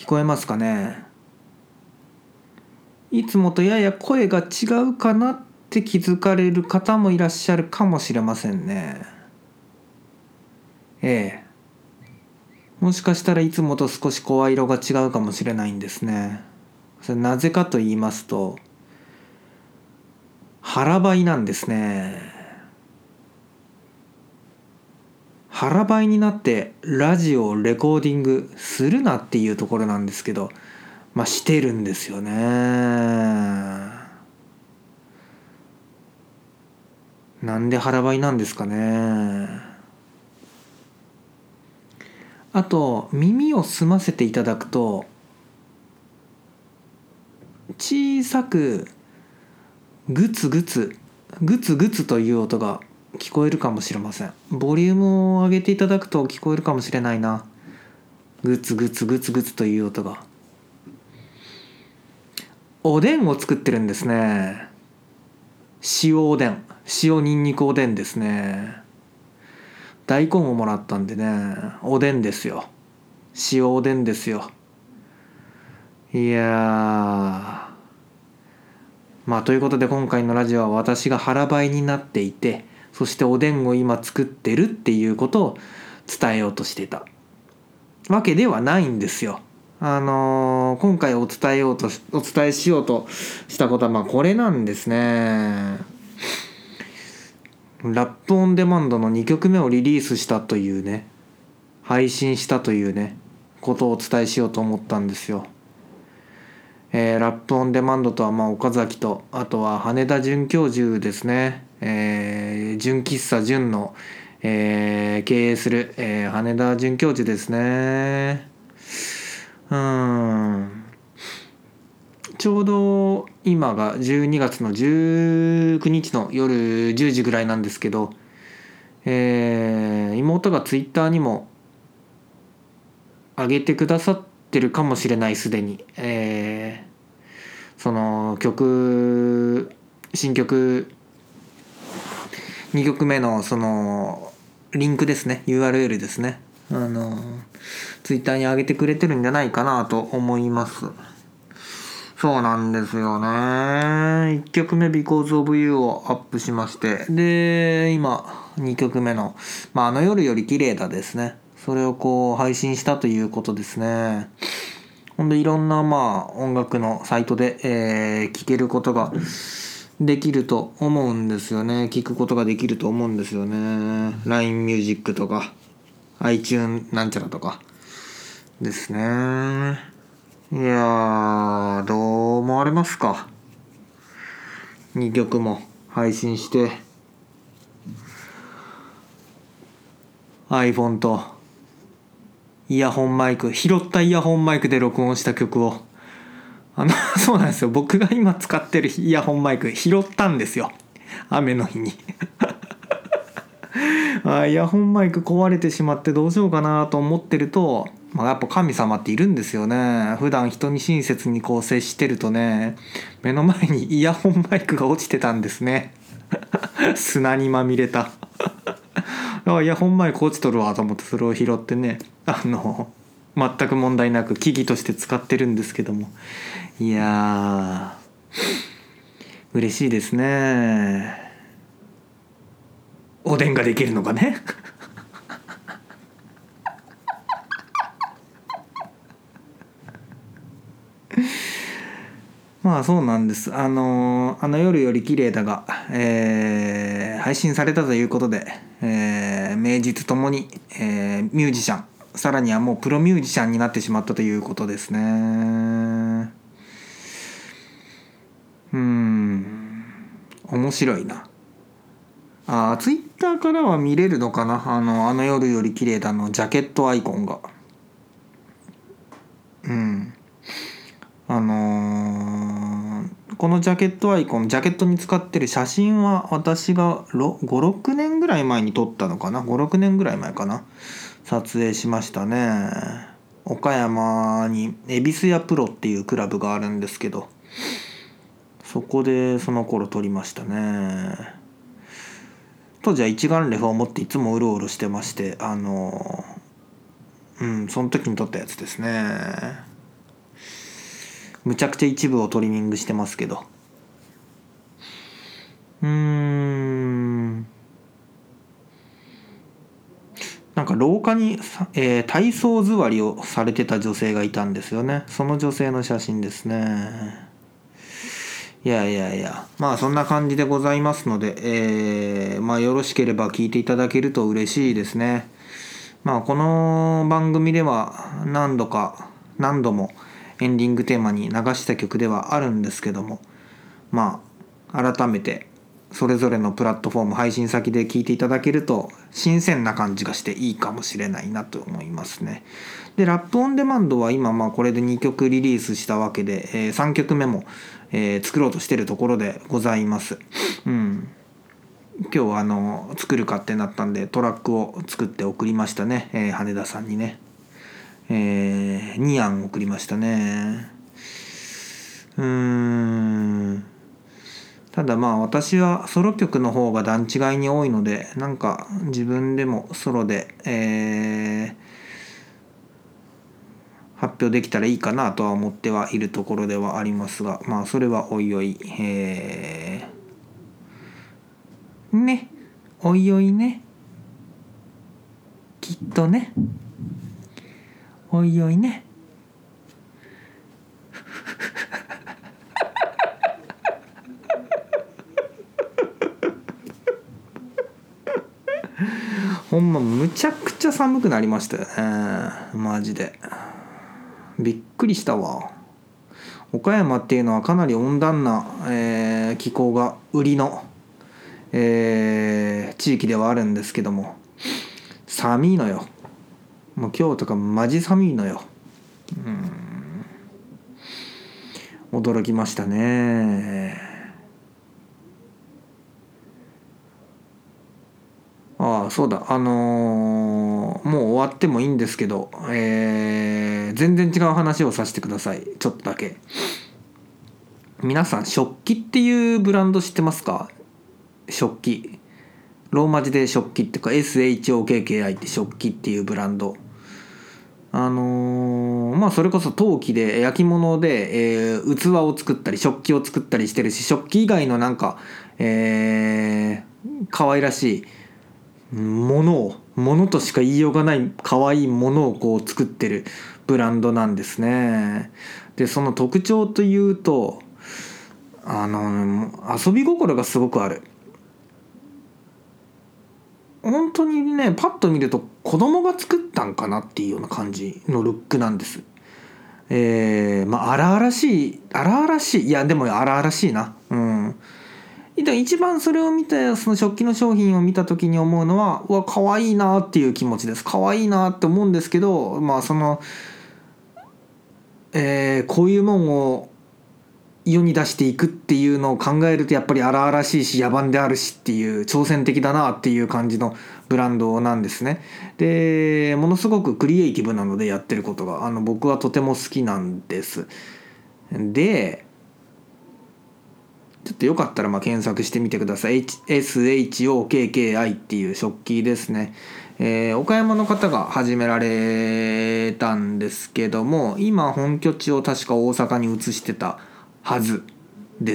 こえますかね。いつもとやや声が違うかなって気づかれる方もいらっしゃるかもしれませんね。ええ、もしかしたらいつもと少し声色が違うかもしれないんですね。それなぜかと言いますと、腹ばいなんですね。腹ばいになってラジオをレコーディングするなっていうところなんですけど、してるんですよね。なんで腹ばいなんですかね。あと耳を澄ませていただくと、小さくグツグツグツグツという音が聞こえるかもしれません。ボリュームを上げていただくと聞こえるかもしれないな。グツグツグツグツという音が。おでんを作ってるんですね。塩おでん、塩にんにくおでんですね。大根をもらったんでね、おでんですよ。塩おでんですよ。いやということで今回のラジオは私が腹ばいになっていて、そしておでんを今作ってるっていうことを伝えようとしていたわけではないんですよ。今回お伝えしようとしたことはこれなんですね。ラップオンデマンドの2曲目をリリースしたというね、配信したというね、ことをお伝えしようと思ったんですよ。ラップオンデマンドとは岡崎と、あとは羽田准教授ですね。純喫茶純の、経営する、羽田准教授ですね。ちょうど今が12月の19日の夜10時ぐらいなんですけど、妹がツイッターにも上げてくださってるかもしれない、すでに。その新曲2曲目のそのリンクですね、 URL ですね、ツイッターに上げてくれてるんじゃないかなと思います。そうなんですよね。1曲目 Because of You をアップしまして、で今2曲目の、あの夜より綺麗だですね、それを配信したということですね。ほんでいろんな音楽のサイトで、聴けることができると思うんですよね。聞くことができると思うんですよね。LINE Music とか iTunes なんちゃらとかですね。いやー、どう思われますか。2曲も配信して iPhone とイヤホンマイク、拾ったイヤホンマイクで録音した曲をそうなんですよ、僕が今使ってるイヤホンマイク拾ったんですよ、雨の日にイヤホンマイク壊れてしまってどうしようかなと思ってると、やっぱ神様っているんですよね。普段人に親切に接してるとね、目の前にイヤホンマイクが落ちてたんですね砂にまみれたイヤホンマイク落ちとるわと思ってそれを拾ってね、全く問題なく機器として使ってるんですけども、いやー嬉しいですね。おでんができるのかねそうなんです。あの夜より綺麗だが、配信されたということで、名実ともに、ミュージシャン、さらにはもうプロミュージシャンになってしまったということですね。面白いな。ツイッターからは見れるのかな、あの夜より綺麗だのジャケットアイコンが。このジャケットアイコン、ジャケットに使ってる写真は私が5、6年ぐらい前に撮ったのかな、5、6年ぐらい前かな、撮影しましたね。岡山に恵比寿屋プロっていうクラブがあるんですけど、そこでその頃撮りましたね。当時は一眼レフを持っていつもうろうろしてまして、その時に撮ったやつですね。 むちゃくちゃ一部をトリミングしてますけど、なんか廊下に、体操座りをされてた女性がいたんですよね。その女性の写真ですね。いやいやいや、まあそんな感じでございますので、まあよろしければ聞いていただけると嬉しいですね。まあこの番組では何度もエンディングテーマに流した曲ではあるんですけども、まあ改めてそれぞれのプラットフォーム配信先で聞いていただけると新鮮な感じがしていいかもしれないなと思いますね。でラップオンデマンドは今これで2曲リリースしたわけで、3曲目も、作ろうとしているところでございます。今日作るかってなったんでトラックを作って送りましたね、羽田さんにね、2案送りましたね。ただ私はソロ曲の方が段違いに多いので、なんか自分でもソロで、発表できたらいいかなとは思ってはいるところではありますが、それはおいおい、ね、おいおいね、きっとね、おいおいね。ほんまむちゃくちゃ寒くなりましたよね、マジでびっくりしたわ。岡山っていうのはかなり温暖な、気候が売りの、地域ではあるんですけども、寒いのよ。もう今日とかマジ寒いのよ。驚きましたね。そうだ、もう終わってもいいんですけど、全然違う話をさせてください。ちょっとだけ。皆さん食器っていうブランド知ってますか？食器、ローマ字で食器っていうか SHOKKI って食器っていうブランド、それこそ陶器で焼き物で、器を作ったり食器を作ったりしてるし、食器以外のなんか、可愛らしいものとしか言いようがない可愛いものをこう作ってるブランドなんですね。でその特徴というと、遊び心がすごくある。本当にね、パッと見ると子供が作ったんかなっていうような感じのルックなんです。荒々しい、いやでも荒々しいな。一番それを見て、その食器の商品を見た時に思うのは、うわ可愛いなっていう気持ちです。可愛いなって思うんですけど、こういうもんを世に出していくっていうのを考えると、やっぱり荒々しいし野蛮であるしっていう、挑戦的だなっていう感じのブランドなんですね。でものすごくクリエイティブなので、やってることが僕はとても好きなんです。でちょっとよかったら検索してみてください。SHOKKI っていう食器ですね。岡山の方が始められたんですけども、今本拠地を確か大阪に移してたはずです。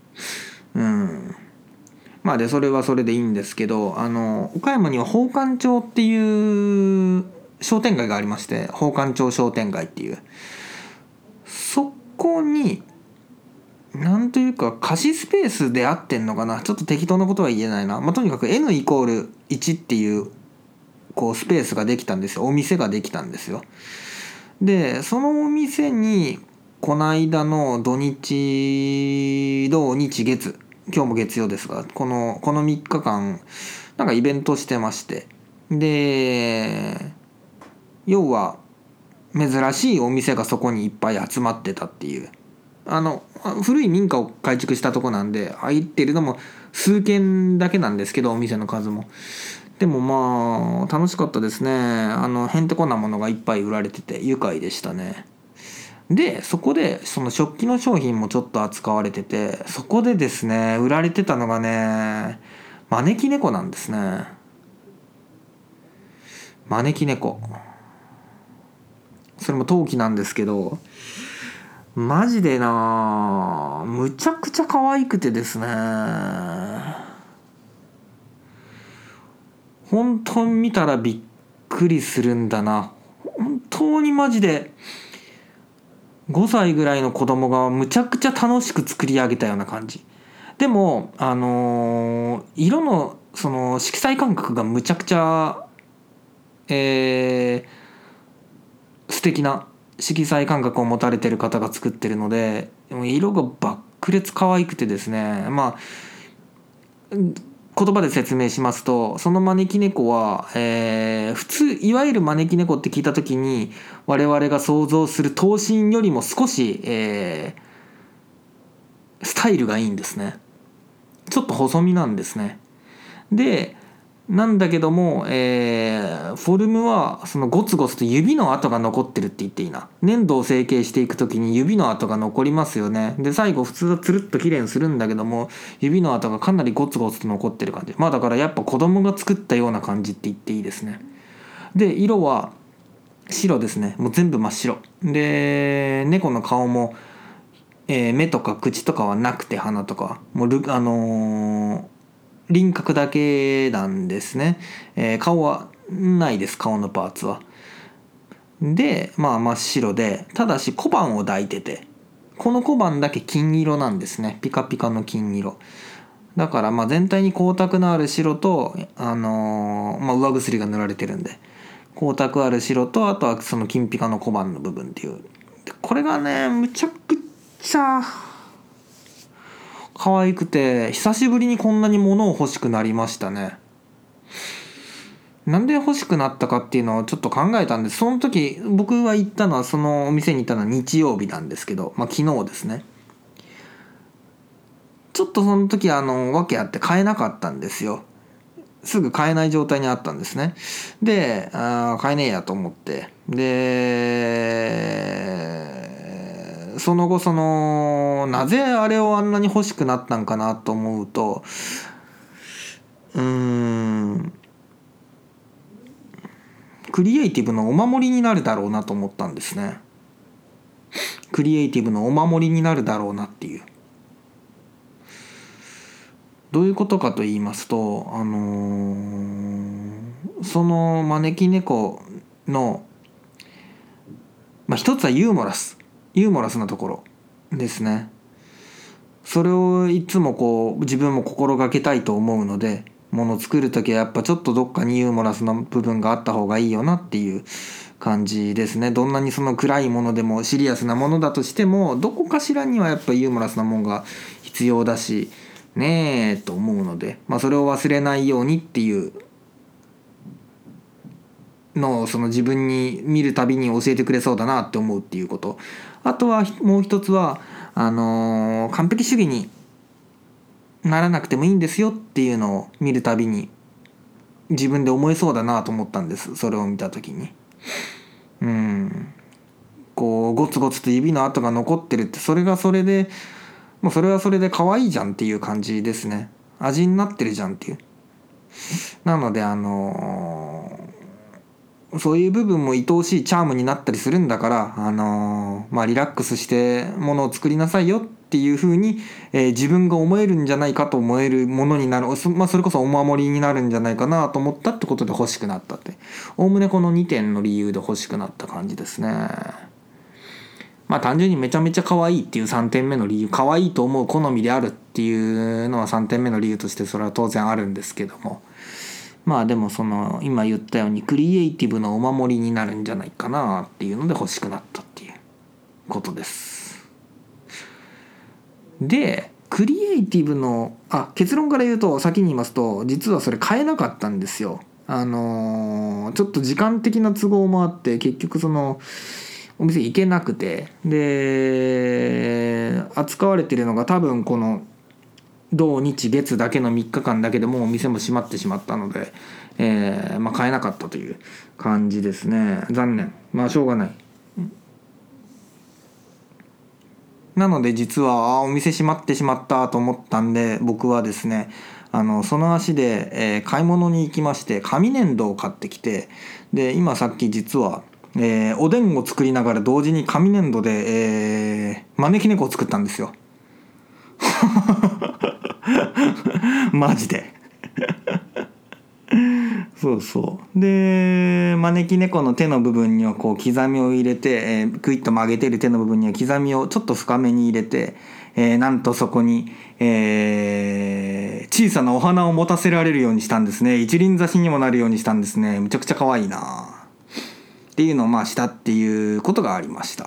でそれはそれでいいんですけど、岡山には宝冠町っていう商店街がありまして、宝冠町商店街っていう、そこになんというか貸しスペースで合ってんのかな、ちょっと適当なことは言えないな。とにかく N イコール1っていうこうスペースができたんですよ。お店ができたんですよ。でそのお店にこの間の土日月、今日も月曜ですが、この3日間なんかイベントしてまして、で要は珍しいお店がそこにいっぱい集まってたっていう、古い民家を改築したとこなんで、入ってるのも数軒だけなんですけど、お店の数も。でも楽しかったですね。へんてこなものがいっぱい売られてて愉快でしたね。でそこでその食器の商品もちょっと扱われてて、そこでですね売られてたのがね、招き猫なんですね。招き猫、それも陶器なんですけど、 マジでなむちゃくちゃ可愛くてですね、本当に見たらびっくりするんだな。本当にマジで5歳ぐらいの子供がむちゃくちゃ楽しく作り上げたような感じでも、色のその色彩感覚がむちゃくちゃ、素敵な色彩感覚を持たれてる方が作ってるので、色が爆裂可愛くてですね、まあ言葉で説明しますと、その招き猫は、普通いわゆる招き猫って聞いた時に我々が想像する頭身よりも少し、スタイルがいいんですね。ちょっと細身なんですね。でなんだけども、フォルムはそのゴツゴツと指の跡が残ってるって言っていいな。粘土を成形していくときに指の跡が残りますよね。で最後普通はつるっと綺麗にするんだけども、指の跡がかなりゴツゴツと残ってる感じ。まあだからやっぱ子供が作ったような感じって言っていいですね。で色は白ですね。もう全部真っ白で、猫の顔も、目とか口とかはなくて、鼻とかはもう輪郭だけなんですね。顔はないです、顔のパーツは。でまあ真っ白で、ただし小判を抱いてて、この小判だけ金色なんですね。ピカピカの金色だから、まあ全体に光沢のある白と、上薬が塗られてるんで光沢ある白と、あとはその金ピカの小判の部分っていう、これがねむちゃくちゃ可愛くて、久しぶりにこんなに物を欲しくなりましたね。なんで欲しくなったかっていうのをちょっと考えたんです。その時僕が行ったのは、そのお店に行ったのは日曜日なんですけど、昨日ですね。ちょっとその時訳あって買えなかったんですよ。すぐ買えない状態にあったんですね。で買えねえやと思って、でその後なぜあれをあんなに欲しくなったんかなと思うと、クリエイティブのお守りになるだろうなと思ったんですね。クリエイティブのお守りになるだろうなっていう。どういうことかと言いますと、その招き猫の、一つはユーモラスなところですね。それをいつもこう自分も心がけたいと思うので、ものを作る時はやっぱちょっとどっかにユーモラスな部分があった方がいいよなっていう感じですね。どんなにその暗いものでもシリアスなものだとしても、どこかしらにはやっぱユーモラスなものが必要だしねえと思うので、それを忘れないようにっていうのを、その自分に見るたびに教えてくれそうだなって思うっていうこと。あとはもう一つは完璧主義にならなくてもいいんですよっていうのを見るたびに自分で思えそうだなと思ったんです。それを見た時にこうゴツゴツと指の跡が残ってるって、それがそれでもうそれはそれで可愛いじゃんっていう感じですね。味になってるじゃんっていう。なのでそういう部分も愛おしいチャームになったりするんだから、リラックスしてものを作りなさいよっていう風に、自分が思えるんじゃないかと思えるものになる、それこそお守りになるんじゃないかなと思ったってことで欲しくなったって、おおむねこの2点の理由で欲しくなった感じですね。単純にめちゃめちゃ可愛いっていう3点目の理由、可愛いと思う好みであるっていうのは3点目の理由としてそれは当然あるんですけども、でも今言ったようにクリエイティブのお守りになるんじゃないかなっていうので欲しくなったっていうことです。でクリエイティブの結論から言うと、先に言いますと、実はそれ買えなかったんですよ。ちょっと時間的な都合もあって結局お店行けなくて、で扱われてるのが多分この土日月だけの3日間だけでもうお店も閉まってしまったので、買えなかったという感じですね。残念。しょうがない。なので実はお店閉まってしまったと思ったんで、僕はですねその足で、買い物に行きまして、紙粘土を買ってきて、で今さっき実はおでんを作りながら同時に紙粘土で、招き猫を作ったんですよマジでそうそうで、招き猫の手の部分にはこう刻みを入れて、クイッと曲げてる手の部分には刻みをちょっと深めに入れて、なんとそこに、小さなお花を持たせられるようにしたんですね。一輪挿しにもなるようにしたんですね。むちゃくちゃ可愛いなっていうのをまあしたっていうことがありました。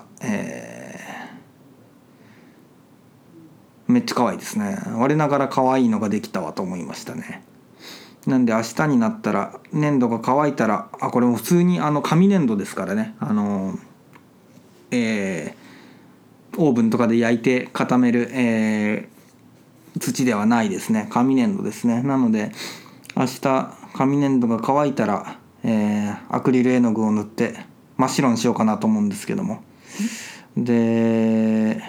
めっちゃ可愛いですね。我ながら可愛いのができたわと思いましたね。なんで明日になったら粘土が乾いたら、これも普通に紙粘土ですからね、オーブンとかで焼いて固める、土ではないですね。紙粘土ですね。なので明日紙粘土が乾いたら、アクリル絵の具を塗って真っ白にしようかなと思うんですけども、で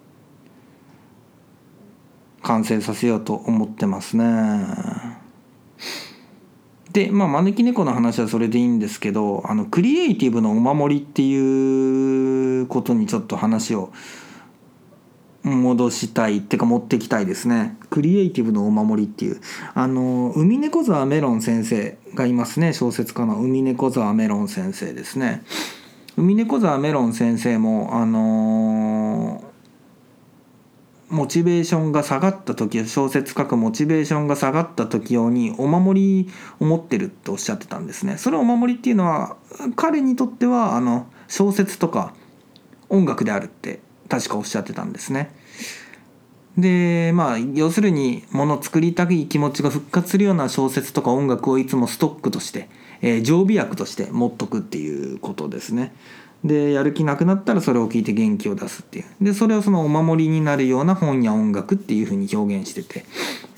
完成させようと思ってますね。で招き猫の話はそれでいいんですけど、クリエイティブのお守りっていうことにちょっと話を戻したいってか持ってきたいですね。クリエイティブのお守りっていう海猫沢メロン先生がいますね。小説家の海猫沢メロン先生ですね。海猫沢メロン先生もモチベーションが下がった時、小説書くモチベーションが下がった時用にお守りを持ってるっておっしゃってたんですね。それお守りっていうのは彼にとっては小説とか音楽であるって確かおっしゃってたんですね。で要するに物を作りたい気持ちが復活するような小説とか音楽をいつもストックとして、常備薬として持っとくっていうことですね。でやる気なくなったらそれを聞いて元気を出すっていう。でそれをそのお守りになるような本や音楽っていう風に表現してて、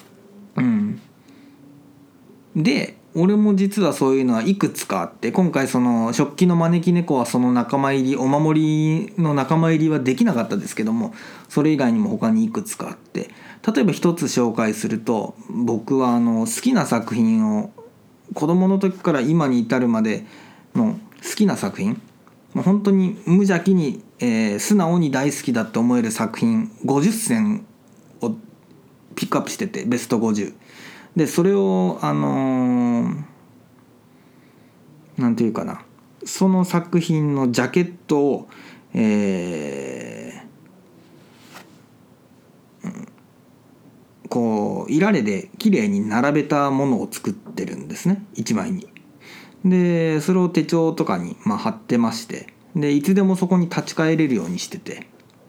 で俺も実はそういうのはいくつかあって、今回その食器の招き猫はその仲間入り、お守りの仲間入りはできなかったですけども、それ以外にも他にいくつかあって、例えば一つ紹介すると、僕は好きな作品を子供の時から今に至るまでの好きな作品、本当に無邪気に、素直に大好きだって思える作品50選をピックアップしてて、ベスト50で、それをなんていうかな、その作品のジャケットを、こういられで綺麗に並べたものを作ってるんですね、一枚に。でそれを手帳とかに貼ってまして、でいつでもそこに立ち返れるようにしてて、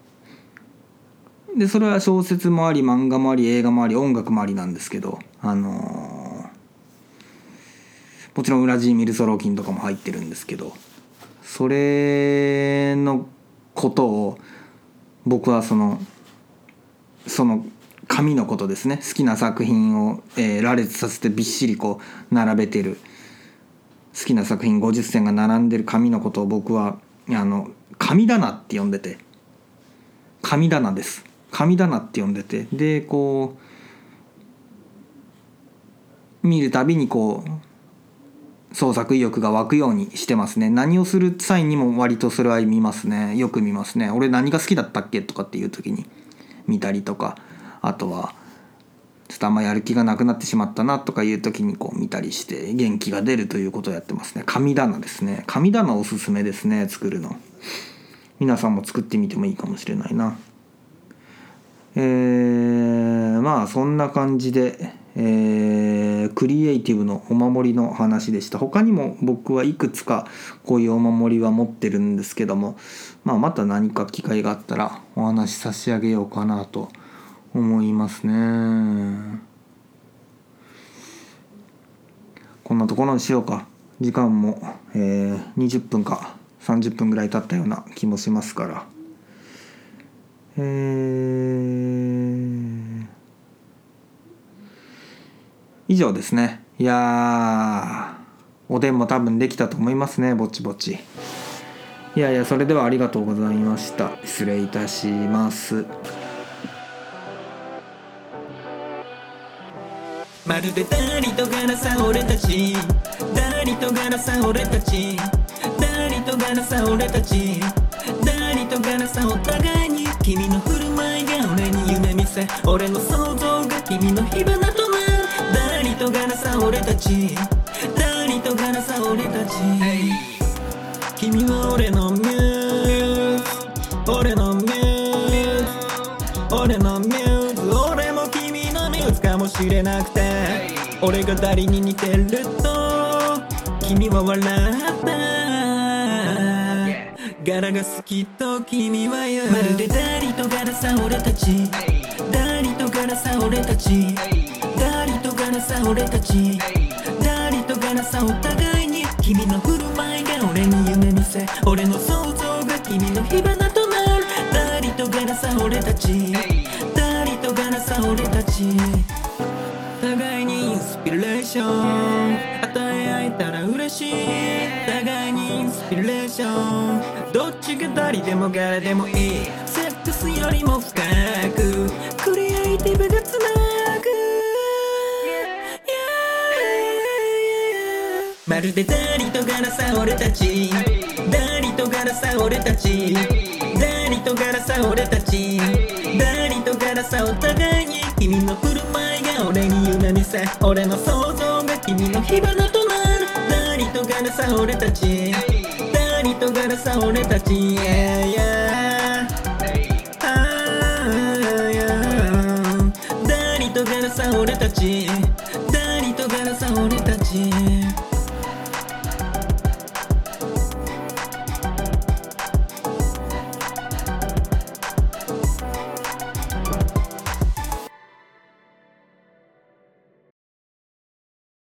でそれは小説もあり漫画もあり映画もあり音楽もありなんですけど、もちろんウラジーミル・ソローキンとかも入ってるんですけど、それのことを僕はその紙のことですね、好きな作品を、羅列させてびっしりこう並べてる好きな作品50選が並んでる紙のことを僕は神棚って呼んでて、神棚です、神棚って呼んでて、でこう見るたびにこう創作意欲が湧くようにしてますね。何をする際にも割とそれは見ますね。よく見ますね。俺何が好きだったっけとかっていう時に見たりとか、あとはちょっとあんまやる気がなくなってしまったなとかいう時にこう見たりして元気が出るということをやってますね。神棚ですね。神棚おすすめですね、作るの。皆さんも作ってみてもいいかもしれないな。そんな感じで、クリエイティブのお守りの話でした。他にも僕はいくつかこういうお守りは持ってるんですけども、また何か機会があったらお話し差し上げようかなと思いますね。こんなところにしようか。時間も、20分か30分ぐらい経ったような気もしますから、以上ですね。いやおでんも多分できたと思いますね、ぼちぼち。それではありがとうございました。失礼いたします。 まるでダリとガラさ俺たち、ダリとガラさ俺たち、ダリとがらさ俺たちダリとがらさお互いに君の振る舞いが俺に夢見せ俺の想像が君の火花となるダリとがらさ俺たちダリとがらさ俺たち君は俺のミューズ俺のミューズ俺のミューズ俺も君のミューズかもしれなくて俺がダリに似てると君は笑った柄が好きと君は言うまるでダリとガラさ俺たちダリとガラさ俺たちダリとガラさ俺たちダリとガラさお互いに君の振る舞いが俺に夢見せ俺の想像が君の火花となるダリとガラさ俺たちダリとガラさ俺たち互いにインスピレーション与え合えたら嬉しい互いにインスピレーションどっちが誰でも柄でもいいセックスよりも深くクリエイティブがつなぐまるでダリとガラさ俺たちダリとガラさ俺たちダリとガラさ俺たちダリとガラさお互いに君の振る舞いが俺に夢見せ俺の想像が君の火花となるダリとガラさ俺たちダリとガラさ俺たち yeah, yeah. ダリとガラさ俺たち